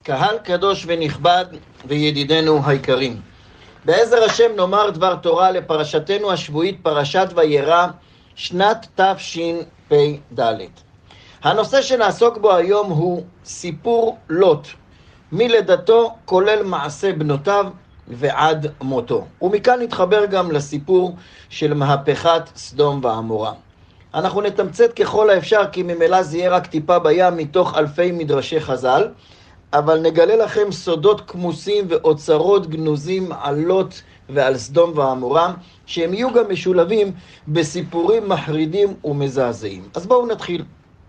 קהל קדוש ונכבד וידידינו היקרים, בעזר השם נאמר דבר תורה לפרשתנו השבועית, פרשת וירא, שנת תשפ"ד. הנושא שנעסוק בו היום הוא סיפור לוט, מלידתו כולל מעשה בנותיו ועד מותו. ומכאן נתחבר גם לסיפור של מהפכת סדום ועמורה. אנחנו נתמצת ככל האפשר, כי ממילא זה יהיה רק טיפה בים מתוך אלפי מדרשי חז"ל, אבל נגלה לכם סודות כמוסים ואוצרות גנוזים על לוט ועל סדום ועמורה, שהם יהיו גם משולבים בסיפורים מחרידים ומזעזעים. אז בואו נתחיל.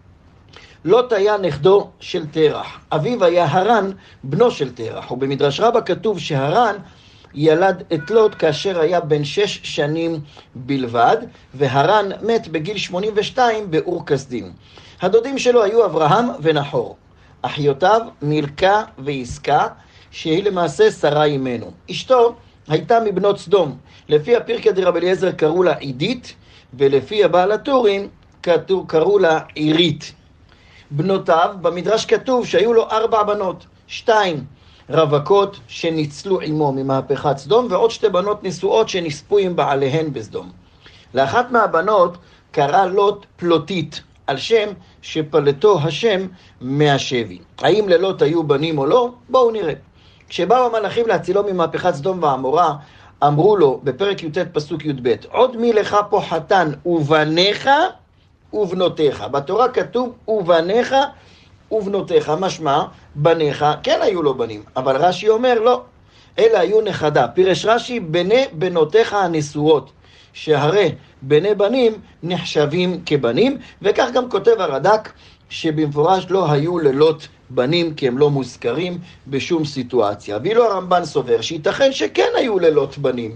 לוט היה נכדו של תרח, אביו היה הרן, בנו של תרח, ובמדרש רבה כתוב שהרן ילד את לוט כאשר היה בן 6 שנים בלבד, והרן מת בגיל 82 באור כסדים. הדודים שלו היו אברהם ונחור, אחיותיו מילכה ויסקה, שהיא למעשה שרה אימנו. אשתו הייתה מבנות סדום, לפי הפרקא דרבי אליעזר קראו לה עידית, ולפי הבעל הטורים קראו לה עירית. בנותיו, במדרש כתוב שהיו לו 4 בנות, 2 רווקות שניצלו עמו ממהפכת סדום, ועוד 2 בנות נשואות שנספו עם בעליהן בסדום. לאחת מהבנות קרא לוט פלוטית, על שם שפלטו השם מהשבי. האם ללוט היו בנים או לא? בואו נראה. כשבאו המלאכים להצילו ממהפכת סדום ועמורה, אמרו לו בפרק י"ט פסוק י"ב, עוד מי לך פה חתן ובניך ובנותיך. בתורה כתוב ובניך ובנותיך, משמע בניך כן היו לו בנים, אבל רש"י אומר לא, אלה היו נכדה. פירש רש"י בני בנותיך הנשואות, שהרי בני בנים נחשבים כבנים, וכך גם כותב הרד"ק שבמפורש לא היו ללוט בנים, כי הם לא מוזכרים בשום סיטואציה. ואילו הרמב"ן סובר שייתכן שכן היו ללוט בנים,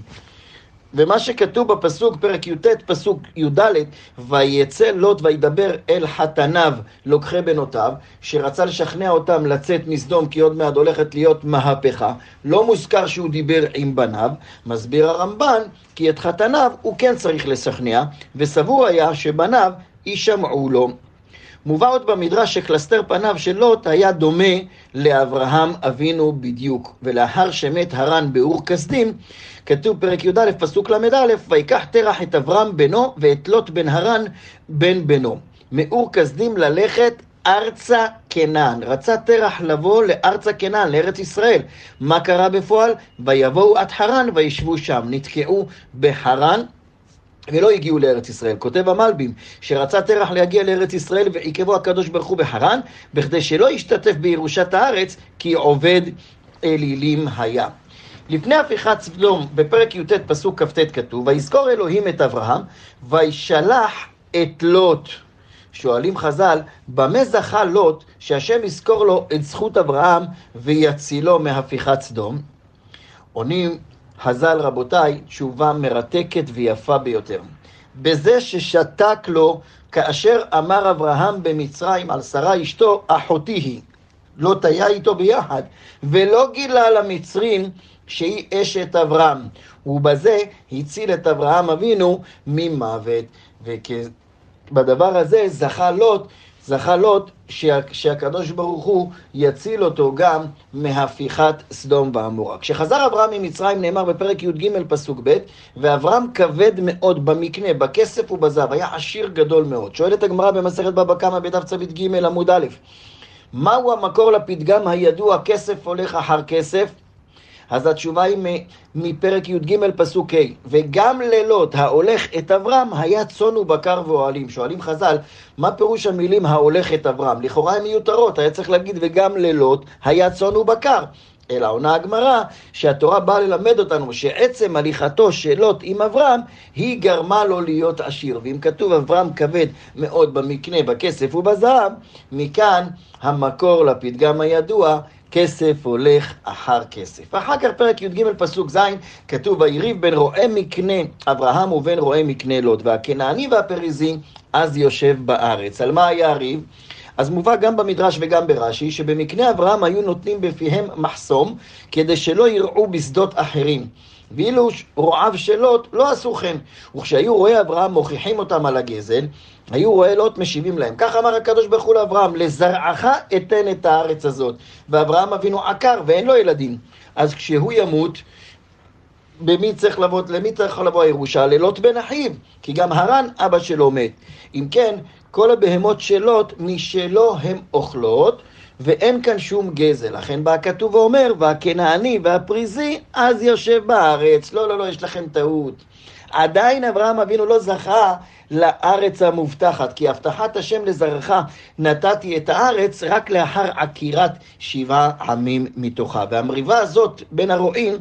ומה שכתוב בפסוק פרק י"ט פסוק י"ד, ויצא לוט וידבר אל חתניו לוקחי בנותיו, שרצה לשכנע אותם לצאת מסדום כי עוד מעט הולכת להיות מהפכה, לא מוזכר שהוא דיבר עם בניו. מסביר הרמב"ן כי את חתניו הוא כן צריך לשכנע, וסבור היה שבניו יישמעו לו. מובא עוד במדרש שקלסתר פניו של לוט היה דומה לאברהם אבינו בדיוק, ולאחר שמת הרן באור כסדים, כתוב פרק י"א פסוק ל"א, ויקח תרח את אברהם בנו ואת לוט בן הרן בן בנו מאור כסדים ללכת ארצה כנען. רצה תרח לבוא לארצה כנען, לארץ ישראל. מה קרה בפועל? ויבואו עד חרן וישבו שם. נתקעו בחרן ולא הגיעו לארץ ישראל. כותב המלבים שרצה תרח להגיע לארץ ישראל ועיכבו הקדוש ברוך הוא בחרן, בכדי שלא ישתתף בירושת הארץ, כי עובד אלילים היה. לפני הפיכת סדום בפרק י"ט פסוק כ"ט כתוב, ויזכור אלוהים את אברהם וישלח את לוט. שואלים חז"ל, במה זכה לוט שהשם יזכור לו את זכות אברהם ויצילו מהפיכת סדום? עונים חז"ל רבותיי תשובה מרתקת ויפה ביותר. בזה ששתק לו כאשר אמר אברהם במצרים על שרה אשתו, אחותי היא. לוט היה איתו ביחד, ולא גילה למצרים שהיא אשת אברהם, ובזה הציל את אברהם אבינו ממוות. ובדבר הזה זכה לוט שהקדוש ברוך הוא יציל אותו גם מהפיכת סדום ועמורה. כשחזר אברהם ממצרים נאמר בפרק י"ג פסוק ב', ואברהם כבד מאוד במקנה, בכסף ובזהב, היה עשיר גדול מאוד. שואלת הגמרא במסכת בבא קמא בדף צ"ג עמוד א', מהו המקור לפתגם הידוע כסף הולך אחר כסף? אז התשובה היא מפרק י"ג פסוק ה', וגם ללוט ההולך את אברהם היה צאן ובקר ואוהלים. שואלים חז"ל, מה פירוש המילים ההולך את אברהם? לכאורה הן מיותרות, היה צריך להגיד וגם ללוט היה צאן ובקר. אלא עונה הגמרא שהתורה באה ללמד אותנו שעצם הליכתו של לוט עם אברהם היא גרמה לו להיות עשיר. ואם כתוב אברהם כבד מאוד במקנה, בכסף ובזהב, מכאן המקור לפתגם הידוע כסף הולך אחר כסף. אחר כך פרק י"ג פסוק ז' כתוב, ויריב בין רועי מקנה אברהם ובין רועי מקנה לוט, והכנעני והפריזי אז יושב בארץ. על מה היה הריב? אז מובא גם במדרש וגם ברש"י, שבמקנה אברהם היו נותנים בפיהם מחסום, כדי שלא יראו בשדות אחרים. ואילו רועיו של לוט לא עשו כן, וכשהיו רואי אברהם מוכיחים אותם על הגזל, היו רואי לוט משיבים להם. כך אמר הקדוש ברוך הוא לאברהם, לזרעך אתן את הארץ הזאת. ואברהם אבינו עקר ואין לו ילדים. אז כשהוא ימות, למי צריך לבוא הירושה? ללוט בן אחיו, כי גם הרן אבא שלו מת. אם כן, כל הבהמות של לוט משלו הם אוכלות, ואין כאן שום גזל. לכן בא כתוב ואומר, והכנעני והפריזי אז יושב בארץ. לא, יש לכם טעות. עדיין אברהם אבינו לא זכה לארץ המובטחת, כי הבטחת השם לזרעך נתתי את הארץ רק לאחר עקירת 7 עמים מתוכה. והמריבה הזאת בין הרועים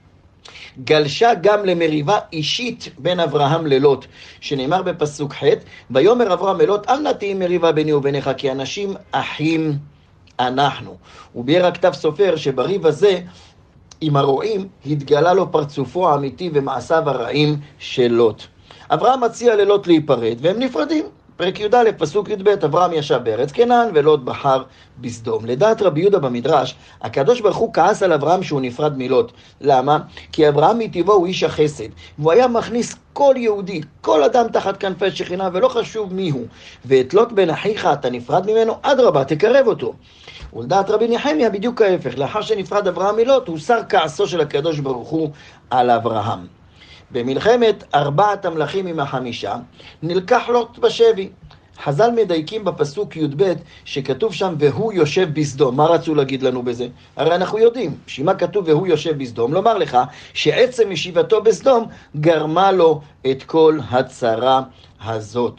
גלשה גם למריבה אישית בין אברהם ללוט, שנאמר בפסוק ח' ויאמר אברהם ללוט, אל נא תהי מריבה ביני וביניך, כי אנשים אחים אנחנו. וביאר הכתב סופר שבריב הזה עם הרועים התגלה לו פרצופו האמיתי ומעשיו הרעים של לוט. אברהם מציע ללוט להיפרד והם נפרדים. פרק י"א פסוק י"ב, אברהם ישב בארץ כנען ולוט בחר בסדום. לדעת רבי יהודה במדרש, הקדוש ברוך הוא כעס על אברהם שהוא נפרד מלוט. למה? כי אברהם מטבעו הוא איש החסד, והוא היה מכניס כל יהודי, כל אדם תחת כנפי שכינה, ולא חשוב מי הוא. ואת לוט בן אחיך אתה נפרד ממנו, אדרבה, תקרב אותו. ולדעת רבי נחמיה בדיוק ההפך, לאחר שנפרד אברהם מלוט, הוסר כעסו של הקדוש ברוך הוא על אברהם. במלחמת 4 המלכים עם 5 נלקח לוט בשבי. חז"ל מדייקים בפסוק י"ב שכתוב שם והוא יושב בסדום. מה רצו להגיד לנו בזה? הרי אנחנו יודעים שמה כתוב והוא יושב בסדום, לומר לך שעצם ישיבתו בסדום גרמה לו את כל הצרה הזאת.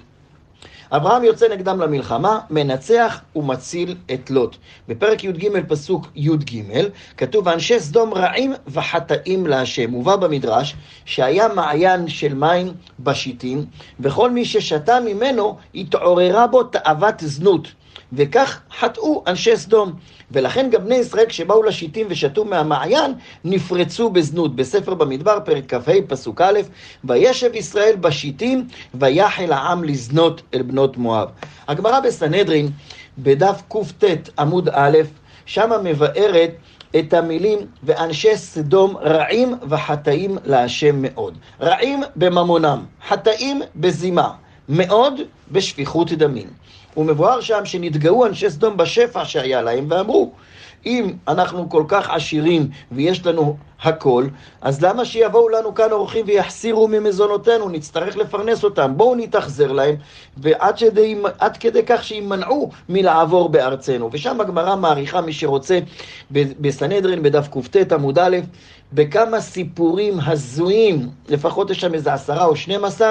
אברהם יוצא נגדם למלחמה, מנצח ומציל את לוט. בפרק י"ג פסוק י"ג כתוב אנשי סדום רעים וחטאים להשם. מובא במדרש שהיה מעיין של מים בשיטים, וכל מי ששתה ממנו התעוררה בו תאוות זנות, וכך חטאו אנשי סדום. ולכן גם בני ישראל כשבאו לשיטים ושתו מהמעיין נפרצו בזנות. בספר במדבר פרק כ"ה פסוק א', וישב ישראל בשיטים ויחל העם לזנות אל בנות מואב. הגמרא בסנהדרין בדף קט עמוד א', שמה מבארת את המילים ואנשי סדום רעים וחטאים להשם מאוד. רעים בממונם, חטאים בזימה, מאוד בשפיכות דמים. ומבואר שם שנתגאו אנשי סדום בשפע שהיה להם ואמרו, אם אנחנו כל כך עשירים ויש לנו הכל, אז למה שיבואו לנו כאן אורחים ויחסירו ממזונותינו? נצטרך לפרנס אותם, בואו נתאכזר להם, ועד כדי כך שימנעו מלעבור בארצנו. ושם הגמרא מעריכה, מי שרוצה, בסנהדרין בדף קט עמוד א', בכמה סיפורים הזויים, לפחות יש שם איזה 10 או 12,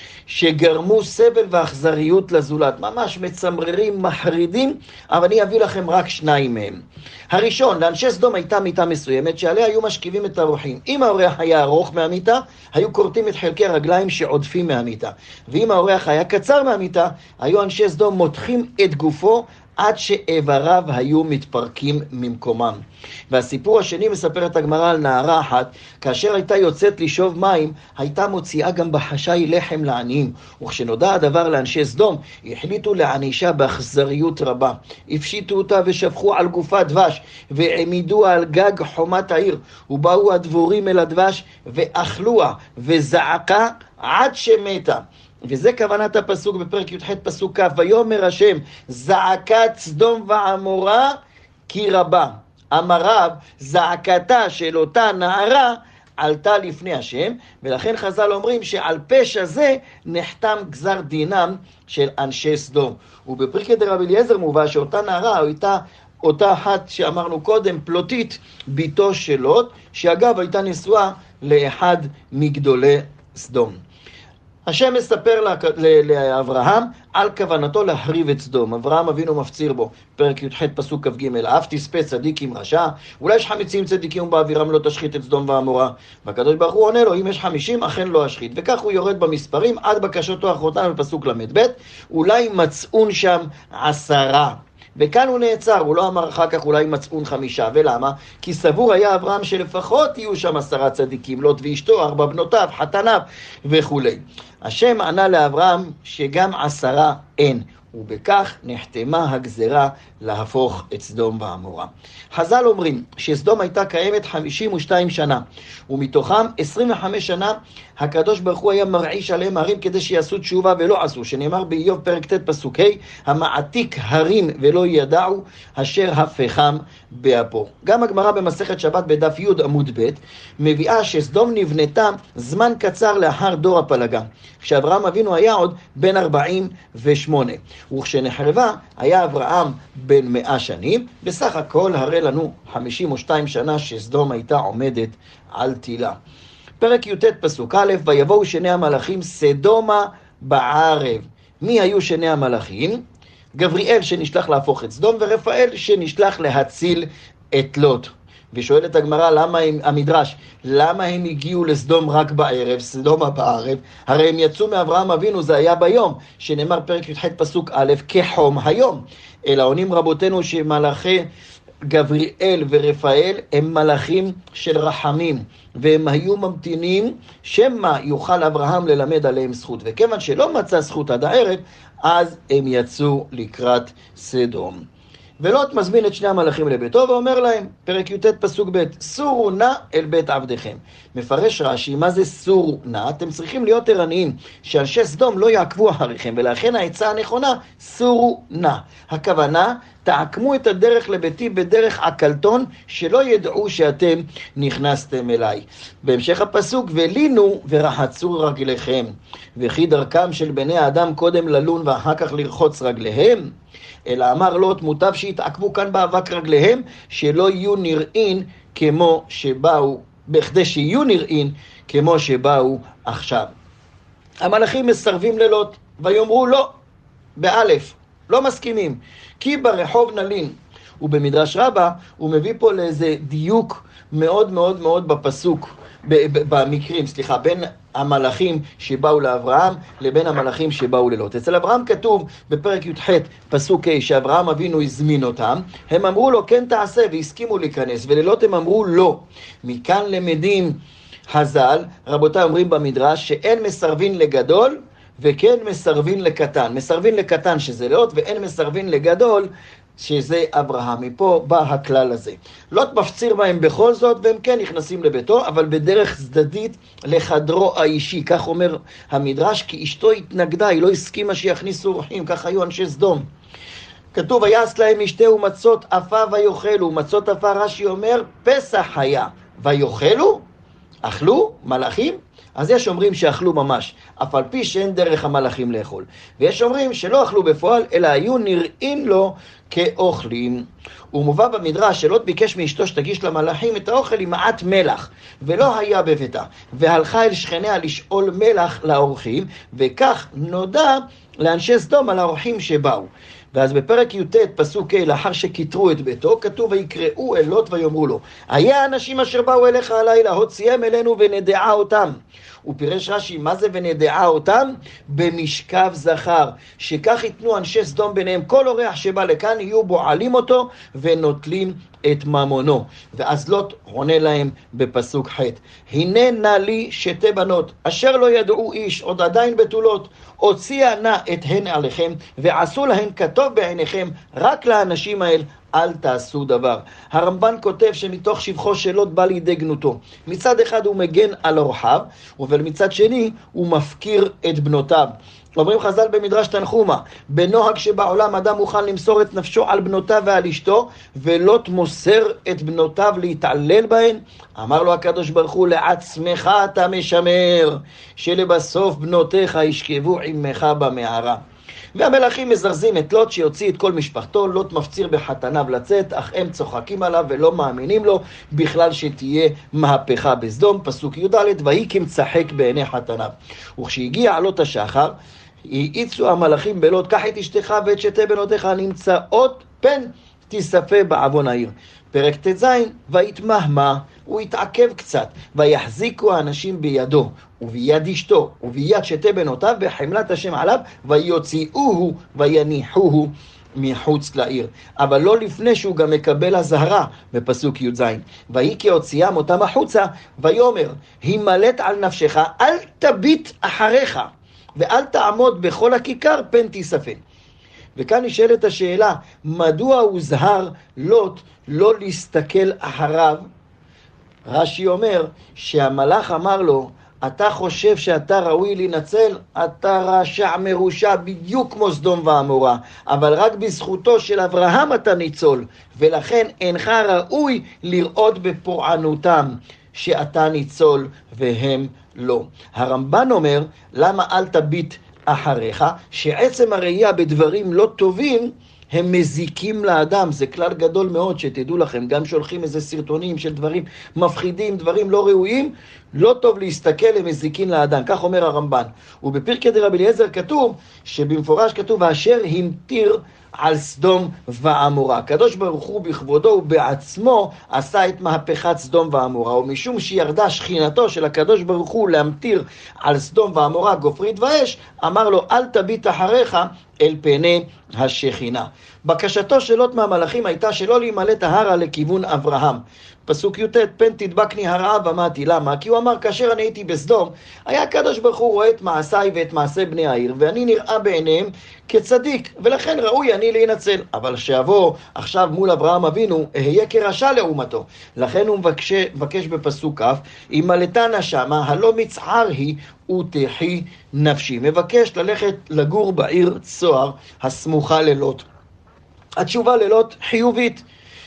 שגרמו סבל ואכזריות לזולת, ממש מצמררים, מחרידים, אבל אני אביא לכם רק 2 מהם. הראשון, לאנשי סדום הייתה מיטה מסוימת שעליה היו משכיבים את האורחים. אם האורח היה ארוך מהמיטה, היו כורתים את חלקי הרגליים שעודפים מהמיטה. ואם האורח היה קצר מהמיטה, היו אנשי סדום מותחים את גופו עד שאיבריו היו מתפרקים ממקומם. והסיפור השני מספר את הגמרא על נערה אחת, כאשר הייתה יוצאת לשאוב מים, הייתה מוציאה גם בחשאי לחם לעניים. וכשנודע הדבר לאנשי סדום, החליטו לענישה באכזריות רבה. הפשיטו אותה ושפכו על גופה דבש, והעמידוה על גג חומת העיר, ובאו הדבורים אל הדבש, ואכלוה, וזעקה עד שמתה. וזה כוונת הפסוק בפרק י"ח פסוק כ', ויאמר השם זעקת סדום ועמורה כי רבה. אמר רב, זעקתה של אותה נערה עלתה לפני השם, ולכן חז"ל אומרים שעל פשע זה נחתם גזר דינם של אנשי סדום. ובפרקי דרבי אליעזר מובא שאותה נערה הייתה אותה אחת שאמרנו קודם, פלוטית, ביתו של לוט, שאגב הייתה נשואה לאחד מגדולי סדום. השם מספר לאברהם על כוונתו להחריב את סדום. אברהם אבינו מפציר בו, פרק י"ח פסוק כ"ג, אף תספה צדיק עם רשע, אולי יש 50 צדיקים באווירם לא תשחית את סדום ועמורה. והקדוש ברוך הוא עונה לו, אם יש 50 אכן לא אשחית. וכך הוא יורד במספרים עד בקשתו האחרונה בפסוק ל"ב, אולי מצאון שם 10. וכאן הוא נעצר, הוא לא אמר אחר כך אולי מצאון 5, ולמה? כי סבור היה אברהם שלפחות יהיו שם 10 צדיקים, לוט ואשתו, 4 בנותיו, חתניו וכו'. השם ענה לאברהם שגם 10 אין, ובכך נחתמה הגזרה להפוך את סדום ועמורה. חז"ל אומרים שסדום הייתה קיימת 52 שנה, ומתוכם 25 שנה הקדוש ברוך הוא היה מרעיש עליהם הרים כדי שיעשו תשובה ולא עשו, שנאמר באיוב פרק ט' פסוק ה', המעתיק הרים ולא ידעו, אשר הפכם באפו. גם הגמרא במסכת שבת בדף י' עמוד ב' מביאה שסדום נבנתה זמן קצר לאחר דור הפלגה, כשאברהם אבינו היה עוד בן 48, וכשנחרבה היה אברהם בן 100 שנים, בסך הכל הרי לנו 52 שנה שסדום הייתה עומדת על תילה. פרק י"ט פסוק א', ויבואו שני המלאכים סדומה בערב. מי היו שני המלאכים? גבריאל שנשלח להפוך את סדום, ורפאל שנשלח להציל את לוט. ושואלת הגמרא, המדרש, למה הם הגיעו לסדום רק בערב, סדומה בערב? הרי הם יצאו מאברהם אבינו, זה היה ביום, שנאמר פרק י"ח פסוק א', כחום היום. אלא עונים רבותינו שמלאכי גבריאל ורפאל הם מלאכים של רחמים, והם היו ממתינים שמה יוכל אברהם ללמד עליהם זכות, וכיוון שלא מצא זכות עד הערב, אז הם יצאו לקראת סדום. ולוט מזמין את שני המלאכים לביתו ואומר להם, פרק י"ט פסוק ב', סורו נא אל בית עבדיכם. מפרש רש"י, מה זה סורו נא? אתם צריכים להיות ערניים שאנשי סדום לא יעקבו אחריכם, ולכן העצה הנכונה, סורו נא. הכוונה, תעקמו את הדרך לביתי בדרך עקלתון, שלא ידעו שאתם נכנסתם אליי. בהמשך הפסוק, ולינו ורחצו רגליכם, וכי דרכם של בני האדם קודם ללון ואחר כך לרחוץ רגליהם. אלא אמר לוט, מוטב שיתעכבו כאן באבק רגליהם, שלא יהיו נראים כמו שבאו, בכדי שיהיו נראים כמו שבאו עכשיו. המלאכים מסרבים ללוט, ויאמרו לא, באלף, לא מסכימים, כי ברחוב נלין. ובמדרש רבה הוא מביא פה לאיזה דיוק מאוד מאוד מאוד בפסוק, במקרים, בין המלאכים שבאו לאברהם לבין המלאכים שבאו ללוט. אצל אברהם כתוב בפרק י"ח פסוק ה' שאברהם אבינו הזמין אותם, הם אמרו לו כן תעשה והסכימו להיכנס, וללוט הם אמרו לא. מכאן למדים חז"ל, רבותיי אומרים במדרש, שאין מסרבין לגדול וכן מסרבין לקטן. מסרבין לקטן שזה לוט, ואין מסרבין לגדול שזה אברהם. מפה בא הכלל הזה. לוט מפציר בהם בכל זאת, והם כן נכנסים לביתו, אבל בדרך צדדית לחדרו האישי. כך אומר המדרש, כי אשתו התנגדה, היא לא הסכימה שיכניסו אורחים, כך היו אנשי סדום. כתוב, ויעש להם משתה ומצות עפה ויאכלו. מצות עפה רש"י אומר, פסח היה. ויאכלו? אכלו? מלאכים? אז יש אומרים שאכלו ממש, אף על פי שאין דרך המלאכים לאכול. ויש אומרים שלא אכלו בפועל, אלא היו נראים לו כאוכלים. ומובא במדרש שלוט ביקש מאשתו שתגיש למלאכים את האוכל עם מעט מלח, ולא היה בביתה, והלכה אל שכניה לשאול מלח לאורחים, וכך נודע לאנשי סדום על האורחים שבאו. ואז בפרק י"ט פסוק ה', לאחר שכיתרו את ביתו, כתוב ויקראו אל לוט ויאמרו לו, היה האנשים אשר באו אליך הלילה, הוציאם אלינו ונדעה אותם. ופירש רש"י, מה זה ונדעה אותם? במשכב זכר, שכך ייתנו אנשי סדום ביניהם, כל אורח שבא לכאן יהיו בועלים אותו ונוטלים את ממונו. ואז לוט עונה להם בפסוק ח', הנה נא לי שתי בנות, אשר לא ידעו איש, עוד עדיין בתולות, הוציאה נא את הן עליכם, ועשו להן כטוב בעיניכם, רק לאנשים האל אל תעשו דבר. הרמב"ן כותב שמתוך שבחו של לוט בא לידי גנותו. מצד אחד הוא מגן על אורחיו, ומצד שני הוא מפקיר את בנותיו. אומרים חז"ל במדרש תנחומה, בנוהג שבעולם אדם מוכן למסור את נפשו על בנותיו ועל אשתו, ולוט מוסר את בנותיו להתעלל בהן. אמר לו הקדוש ברוך הוא, לעצמך אתה משמר, שלבסוף בנותיך ישכבו עמך במערה. והמלאכים מזרזים את לוט שיוציא את כל משפחתו. לוט מפציר בחתניו לצאת, אך הם צוחקים עליו ולא מאמינים לו בכלל שתהיה מהפכה בסדום. פסוק י"ד, ויהי כמצחק בעיני חתניו. וכשהגיע עלות השחר, האיצו המלאכים בלוט, קח את אשתך ואת שתי בנותיך הנמצאות פן תיספה בעוון העיר. פרק ט"ז, ויתמהמה, הוא התעכב קצת, ויחזיקו האנשים בידו וביד אשתו וביד שתי בנותיו בחמלת השם עליו, ויוציאוהו ויניחוהו מחוץ לעיר. אבל לא לפני שהוא גם מקבל הזהרה בפסוק י"ז. ויהי כי הוציאם אותם החוצה, ויאמר, הימלט על נפשך, אל תביט אחריך ואל תעמוד בכל הכיכר פן תיספה. וכאן נשאלת השאלה, מדוע הוזהר לוט לא להסתכל אחריו? רש"י אומר שהמלאך אמר לו, אתה חושב שאתה ראוי להינצל? אתה רשע מרושע בדיוק כמו סדום ועמורה, אבל רק בזכותו של אברהם אתה ניצול, ולכן אינך ראוי לראות בפורענותם שאתה ניצול והם לא. הרמב"ן אומר, למה אל תביט אחריך? שעצם הראייה בדברים לא טובים הם מזיקים לאדם. זה כלל גדול מאוד שתדעו לכם, גם שולחים איזה סרטונים של דברים מפחידים, דברים לא ראויים, לא טוב להסתכל, הם מזיקים לאדם, כך אומר הרמב"ן. ובפרקי דרבי אליעזר כתוב, שבמפורש כתוב, אשר המטיר על סדום ועמורה. הקדוש ברוך הוא בכבודו ובעצמו עשה את מהפכת סדום ועמורה, ומשום שירדה שכינתו של הקדוש ברוך הוא להמטיר על סדום ועמורה גופרית ואש, אמר לו אל תביט אחריך אל פני השכינה. בקשתו של לוט מהמלאכים הייתה שלא להימלט ההרה לכיוון אברהם. פסוק י"ט, פן תדבקני הרעה ומתי. למה? כי הוא אמר, כאשר אני הייתי בסדום, היה הקדוש ברוך הוא רואה את מעשיי ואת מעשי בני העיר, ואני נראה בעיניהם כצדיק, ולכן ראוי אני להינצל. אבל שיבוא עכשיו מול אברהם אבינו, אהיה כרשע לעומתו. לכן הוא מבקש בפסוק כ', אם מלטנה שמה, הלא מצער היא ותחי נפשי. מבקש ללכת לגור בעיר צוהר הסמוכה ללוט. התשובה ללוט חיובית.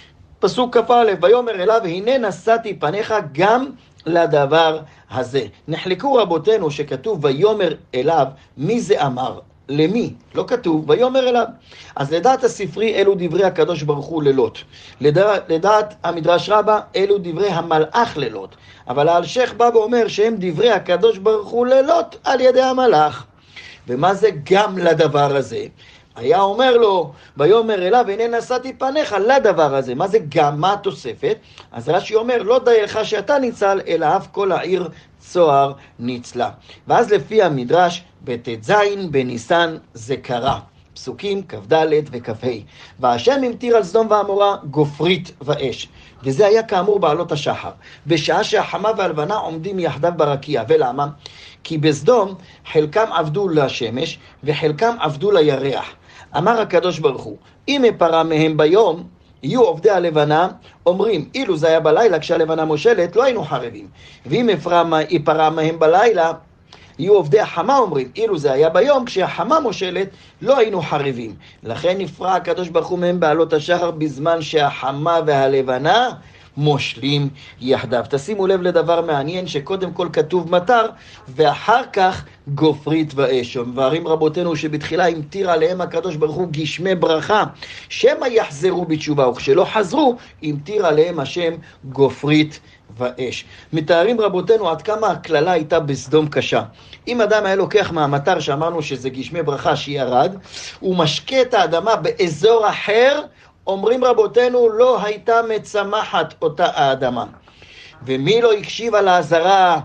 פסוק כ"א, ויאמר אליו, הנה נשאתי פניך גם לדבר הזה. נחלקו רבותינו שכתוב ויאמר אליו, מי זה אמר? למי? לא כתוב ויאמר אליו. אז לדעת הספרי אלו דברי הקדוש ברוך הוא ללוט. לדעת המדרש רבה אלו דברי המלאך ללוט. אבל האלשיך בא ואומר שהם דברי הקדוש ברוך הוא ללוט על ידי המלאך. ומה זה גם לדבר הזה? היה אומר לו, ויאמר אליו, הנה נשאתי פניך לדבר הזה. מה זה גם? מה התוספת? אז רש"י אומר, לא די לך שאתה ניצל, אלא אף כל העיר צוהר ניצלה. ואז לפי המדרש, בט"ז בניסן זה קרה. פסוקים כ"ד וכ"ה. והשם המטיר על סדום ועמורה גופרית ואש. וזה היה כאמור בעלות השחר. בשעה שהחמה והלבנה עומדים יחדיו ברקיע. ולמה? כי בסדום חלקם עבדו לשמש וחלקם עבדו לירח. אמר הקדוש ברוך הוא, אם אפרה מהם ביום, יהיו עובדי הלבנה, אומרים, אילו זה היה בלילה כשהלבנה מושלת, לא היינו חרבים. ואם אפרה מהם בלילה, יהיו עובדי החמה, אומרים, אילו זה היה ביום כשהחמה מושלת, לא היינו חרבים. לכן נפרע הקדוש ברוך הוא מהם בעלות השחר בזמן שהחמה והלבנה מושלים יחדיו. תשימו לב לדבר מעניין שקודם כל כתוב מטר ואחר כך גופרית ואש. מבארים רבותינו שבתחילה המטיר עליהם הקדוש ברוך הוא גשמי ברכה שמא יחזרו בתשובה, וכשלא חזרו המטיר עליהם השם גופרית ואש. מתארים רבותינו עד כמה הכללה הייתה בסדום קשה. אם אדם היה לוקח מהמטר שאמרנו שזה גשמי ברכה שירד, הוא משקה את האדמה באזור אחר, אומרים רבותינו, לא הייתה מצמחת אותה האדמה. ומי לא הקשיב על האזהרה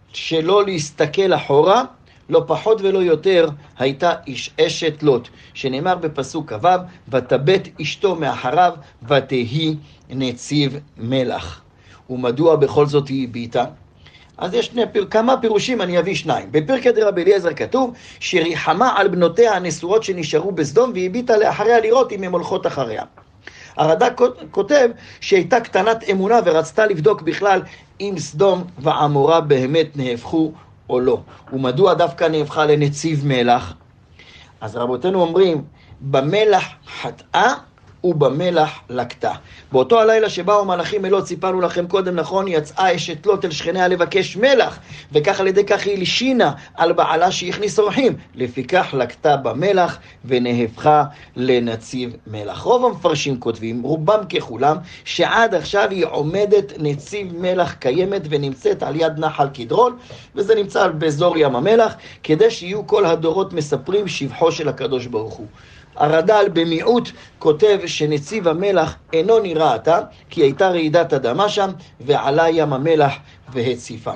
שלא להסתכל אחורה, לא פחות ולא יותר, הייתה אשת לוט, שנאמר בפסוק כ"ו, ותבט אשתו מאחריו, ותהי נציב מלח. ומדוע בכל זאת היא הביטה? אז יש כמה פירושים, אני אביא שניים. בפרקי דרבי אליעזר כתוב שריחמה על בנותיה הנשואות שנשארו בסדום, והביטה לאחריה לראות אם הן הולכות אחריה. הרד"ק כותב שהייתה קטנת אמונה ורצתה לבדוק בכלל אם סדום ועמורה באמת נהפכו או לא. ומדוע דווקא נהפכה לנציב מלח? אז רבותינו אומרים, במלח חטאה ובמלח לקטה. באותו הלילה שבאו מלאכים אלות, סיפרנו לכם קודם, נכון, יצאה אשת לוט אל שכניה לבקש מלח, וכך על ידי כך היא הלשינה על בעלה שהכניס אורחים, לפיכך לקטה במלח ונהפכה לנציב מלח. רוב המפרשים כותבים, רובם ככולם, שעד עכשיו היא עומדת נציב מלח קיימת ונמצאת על יד נחל קדרון, וזה נמצא באזור ים המלח, כדי שיהיו כל הדורות מספרים שבחו של הקדוש ברוך הוא. הרד"ל במיעוט כותב שנציב המלח אינו נראה עתה, כי הייתה רעידת אדמה שם, ועלה ים המלח והציפה.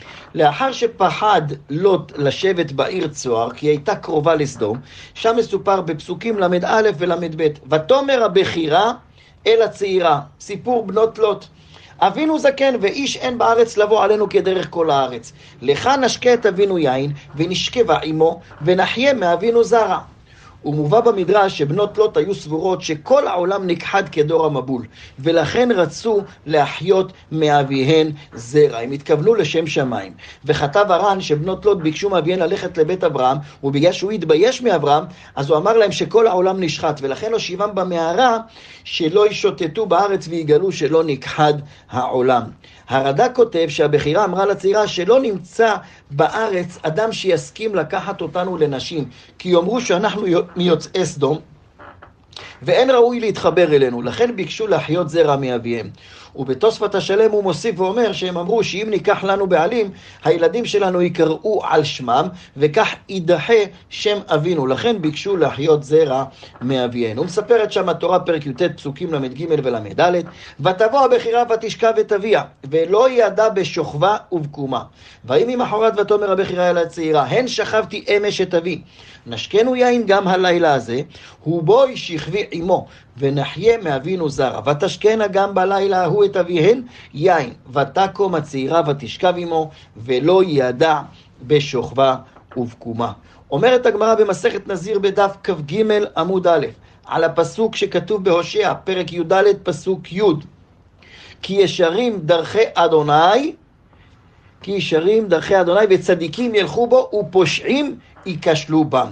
לאחר שפחד לוט לשבת בעיר צוהר, כי הייתה קרובה לסדום, שם מסופר בפסוקים למד א' ולמד ב', ותאמר הבכירה אל הצעירה, סיפור בנות לוט. אבינו זקן ואיש אין בארץ לבוא עלינו כדרך כל הארץ. לך נשקה את אבינו יין ונשכבה עמו ונחיה מאבינו זרע. ומובא במדרש שבנות לוט היו סבורות שכל העולם נכחד כדור המבול, ולכן רצו להחיות מאביהן זרע. הם התכוונו לשם שמיים. וכתב הר"ן שבנות לוט ביקשו מאביהן ללכת לבית אברהם, ובגלל שהוא התבייש מאברהם, אז הוא אמר להם שכל העולם נשחט, ולכן הושיבם במערה שלא ישוטטו בארץ ויגלו שלא נכחד העולם. הרד"ק כותב שהבחירה אמרה לצעירה שלא נמצא בארץ אדם שיסכים לקחת אותנו לנשים, כי יאמרו שאנחנו מיוצאי סדום, ואין ראוי להתחבר אלינו, לכן ביקשו להחיות זרע מאביהם. ובתוספות השלם הוא מוסיף ואומר שהם אמרו שאם ניקח לנו בעלים, הילדים שלנו יקראו על שמם, וכך יידחה שם אבינו, לכן ביקשו להחיות זרע מאביהם. הוא מספרת שם התורה פרק י"ט פסוקים למ"ג ולמ"ד, ותבוא הבחירה ותשכב ותביה, ולא ידע בשוכבה ובקומה. ויהי ממחרת ותאמר הבחירה אל הצעירה, הן שכבתי אמש את אבי, נשקנו יין גם הלילה הזה, ובואי שכבי עמו, ונחיה מאבינו זרע. ותשכנה גם בלילה ההוא את אביהן יין, ותקום הצעירה ותשכב עמו, ולא ידע בשוכבה ובקומה. אומרת הגמרא במסכת נזיר בדף כ"ג עמוד א', על הפסוק שכתוב בהושע, פרק י"ד פסוק י', כי ישרים דרכי אדוני, וצדיקים ילכו בו, ופושעים ייכשלו בם.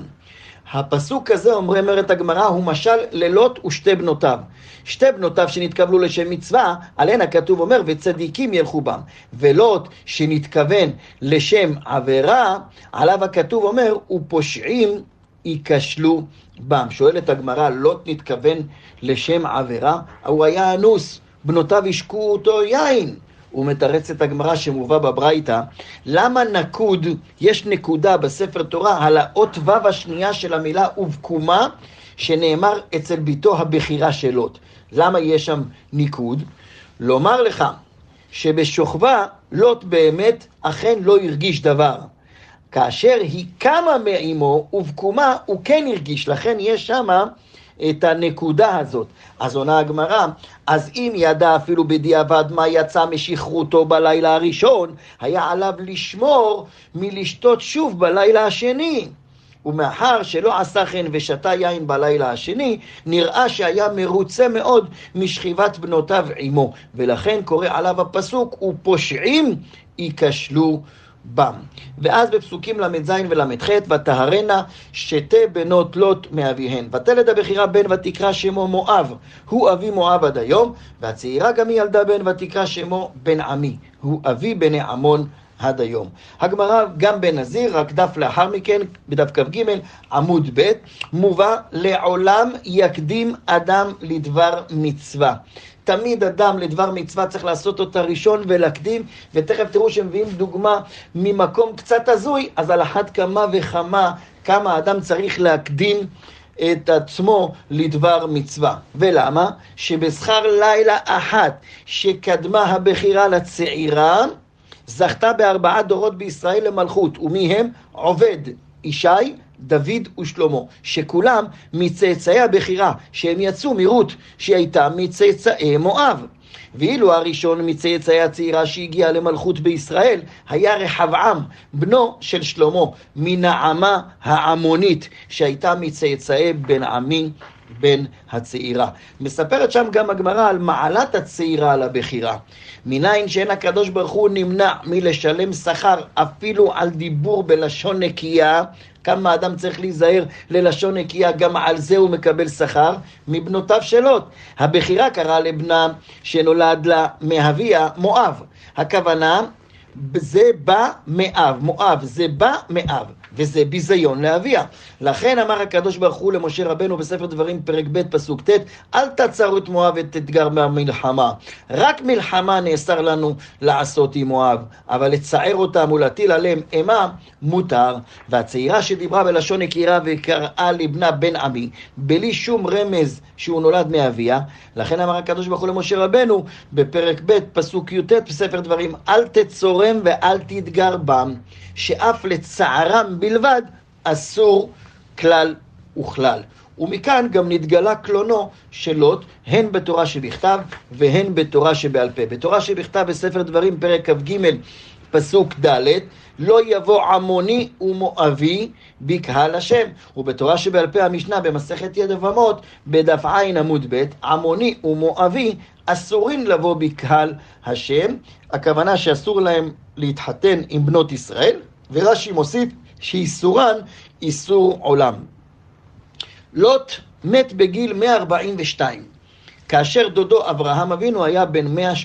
הפסוק הזה, אומרת הגמרא, הוא משל ללוט ושתי בנותיו. שתי בנותיו שנתקבלו לשם מצווה, עליהן הכתוב אומר, וצדיקים ילכו בם. ולוט שנתכוון לשם עבירה, עליו הכתוב אומר, ופושעים ייכשלו בם. שואלת הגמרא, לוט נתכוון לשם עבירה? הוא היה אנוס, בנותיו השקו אותו יין. הוא מתרץ את הגמרא שמובא בברייתא, למה נקוד, יש נקודה בספר תורה על האות ו' השנייה של המילה ובקומה, שנאמר אצל ביתו הבחירה של לוט. למה יש שם ניקוד? לומר לך שבשוכבה לוט באמת אכן לא הרגיש דבר. כאשר היא קמה מעמו ובקומה הוא כן הרגיש, לכן יש שם את הנקודה הזאת. אז עונה הגמרא, אז אם ידע אפילו בדיעבד מה יצא משכרותו בלילה הראשון, היה עליו לשמור מלשתות שוב בלילה השני. ומאחר שלא עשה כן ושתה יין בלילה השני, נראה שהיה מרוצה מאוד משכיבת בנותיו עמו, ולכן קורא עליו הפסוק, ופושעים ייכשלו בם. ואז בפסוקים למ"ז ולמ"ח, ותהרנה שתי בנות לוט מאביהן. ותלד הבכירה בן ותקרא שמו מואב, הוא אבי מואב עד היום, והצעירה גם היא ילדה בן ותקרא שמו בן עמי, הוא אבי בני עמון עד היום. הגמרא גם בנזיר, רק דף לאחר מכן, בדף כ"ג עמוד ב', מובא לעולם יקדים אדם לדבר מצווה. תמיד אדם לדבר מצווה צריך לעשות אותה ראשון ולהקדים, ותכף תראו שמביאים דוגמה ממקום קצת הזוי, אז על אחת כמה וכמה כמה אדם צריך להקדים את עצמו לדבר מצווה. ולמה? שבשכר לילה אחת שקדמה הבחירה לצעירה, זכתה ב4 דורות בישראל למלכות, ומי הם? עובד, ישי, דוד ושלמה, שכולם מצאצאי הבחירה, שהם יצאו מרות שהייתה מצאצאי מואב. ואילו הראשון מצאצאי הצעירה שהגיע למלכות בישראל היה רחבעם, בנו של שלמה, מנעמה העמונית, שהייתה מצאצאי בן עמי בן הצעירה. מספרת שם גם הגמרא על מעלת הצעירה על הבחירה. מניין שאין הקדוש ברוך הוא נמנע מלשלם שכר אפילו על דיבור בלשון נקייה, כמה אדם צריך להיזהר ללשון נקייה, גם על זה הוא מקבל שכר, מבנותיו של לוט. הבחירה קראה לבנה שנולד לה מאביה מואב. הכוונה, זה בא מאב, מואב זה בא מאב, וזה ביזיון לאביה. לכן אמר הקדוש ברוך הוא למשה רבנו בספר דברים פרק ב' פסוק ט', אל תצרו את מואב ותתגר מהמלחמה. רק מלחמה נאסר לנו לעשות עם מואב, אבל לצער אותם ולהטיל עליהם אימה מותר. והצעירה שדיברה בלשון נקייה וקראה לבנה בן עמי, בלי שום רמז שהוא נולד מאביה, לכן אמר הקדוש ברוך הוא למשה רבנו בפרק ב' פסוק י"ט בספר דברים, אל תצורם ואל תתגר בם, שאף לצערם בלבד אסור כלל וכלל. ומכאן גם נתגלה קלונו של לוט, הן בתורה שבכתב והן בתורה שבעל פה. בתורה שבכתב בספר דברים פרק כ"ג פסוק ד' לא יבוא עמוני ומואבי בקהל השם. ובתורה שבעל פה המשנה במסכת יבמות בדף ע עמוד ב', עמוני ומואבי אסורים לבוא בקהל השם, הכוונה שאסור להם להתחתן עם בנות ישראל, ורש"י מוסיף שאיסורן איסור עולם. לוט מת בגיל 142, כאשר דודו אברהם אבינו היה בן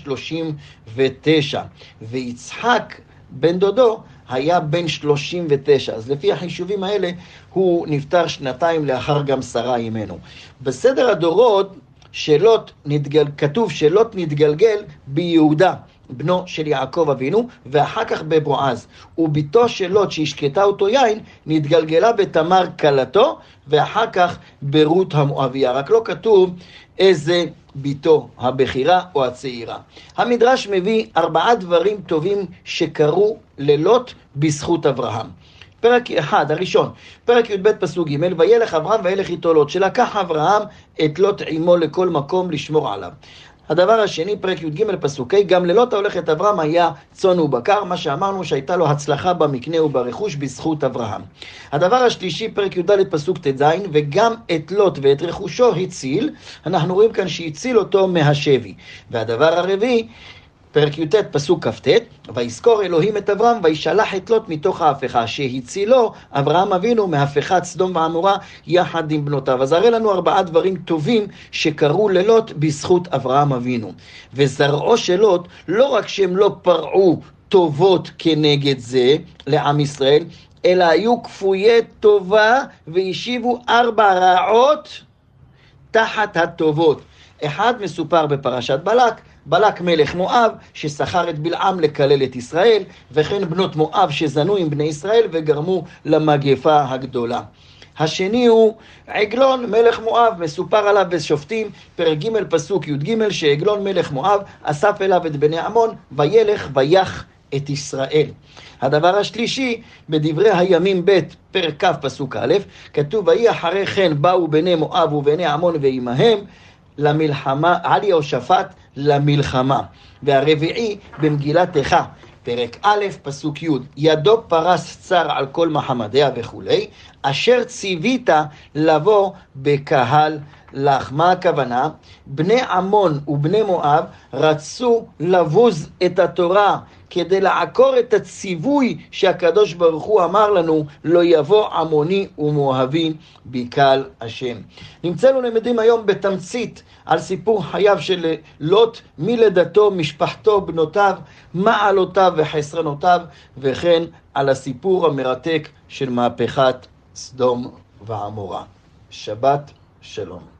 139, ויצחק בן דודו היה בן 39. אז לפי החישובים האלה הוא נפטר 2 לאחר גם שרה אימנו. בסדר הדורות כתוב שלוט נתגלגל ביהודה, בנו של יעקב אבינו, ואחר כך בבועז. וביתו של לוט שהשקטה אותו יין נתגלגלה בתמר כלתו, ואחר כך ברות המואביה. רק לא כתוב איזה ביתו, הבכירה או הצעירה. המדרש מביא 4 דברים טובים שקרו ללוט בזכות אברהם. פרק 1, הראשון, פרק י"ב פסוק ג', וילך אברהם וילך איתו לוט, שלקח אברהם את לוט עמו לכל מקום לשמור עליו. הדבר השני, פרק י"ג פסוק ה', גם ללוט ההולך את אברהם היה צאן ובקר, מה שאמרנו שהייתה לו הצלחה במקנה וברכוש בזכות אברהם. הדבר השלישי, פרק י"ד פסוק ט"ז, וגם את לוט ואת רכושו הציל, אנחנו רואים כאן שהציל אותו מהשבי. והדבר הרביעי, פרק י"ט פסוק כ"ט, ויזכור אלוהים את אברהם וישלח את לוט מתוך ההפכה, שהצילו אברהם אבינו מהפכת סדום ועמורה יחד עם בנותיו. אז הרי לנו 4 דברים טובים שקרו ללוט בזכות אברהם אבינו. וזרעו של לוט, לא רק שהם לא פרעו טובות כנגד זה לעם ישראל, אלא היו כפויי טובה והשיבו 4 רעות תחת הטובות. אחד מסופר בפרשת בלק מלך מואב ששכר את בלעם לקלל את ישראל, וכן בנות מואב שזנו עם בני ישראל וגרמו למגפה הגדולה. השני הוא עגלון מלך מואב, מסופר עליו בשופטים פרק ג' פסוק י"ג, שעגלון מלך מואב אסף אליו את בני עמון וילך ויח את ישראל. הדבר השלישי, בדברי הימים ב' פרק כ' פסוק א', כתוב ויהי אחרי כן באו בני מואב ובני עמון ועמהם למלחמה, על יהושפט למלחמה. והרביעי במגילת איכה, פרק א' פסוק י', ידו פרס צר על כל מחמדיה וכולי, אשר ציווית לבוא בקהל לך. מה הכוונה? בני עמון ובני מואב רצו לבוז את התורה כדי לעקור את הציווי שהקדוש ברוך הוא אמר לנו, לא יבוא עמוני ומואבי בקהל השם. נמצאנו למדים היום בתמצית על סיפור חייו של לוט, מלידתו, משפחתו, בנותיו, מעלותיו וחסרונותיו, וכן על הסיפור המרתק של מהפכת סדום ועמורה. שבת שלום.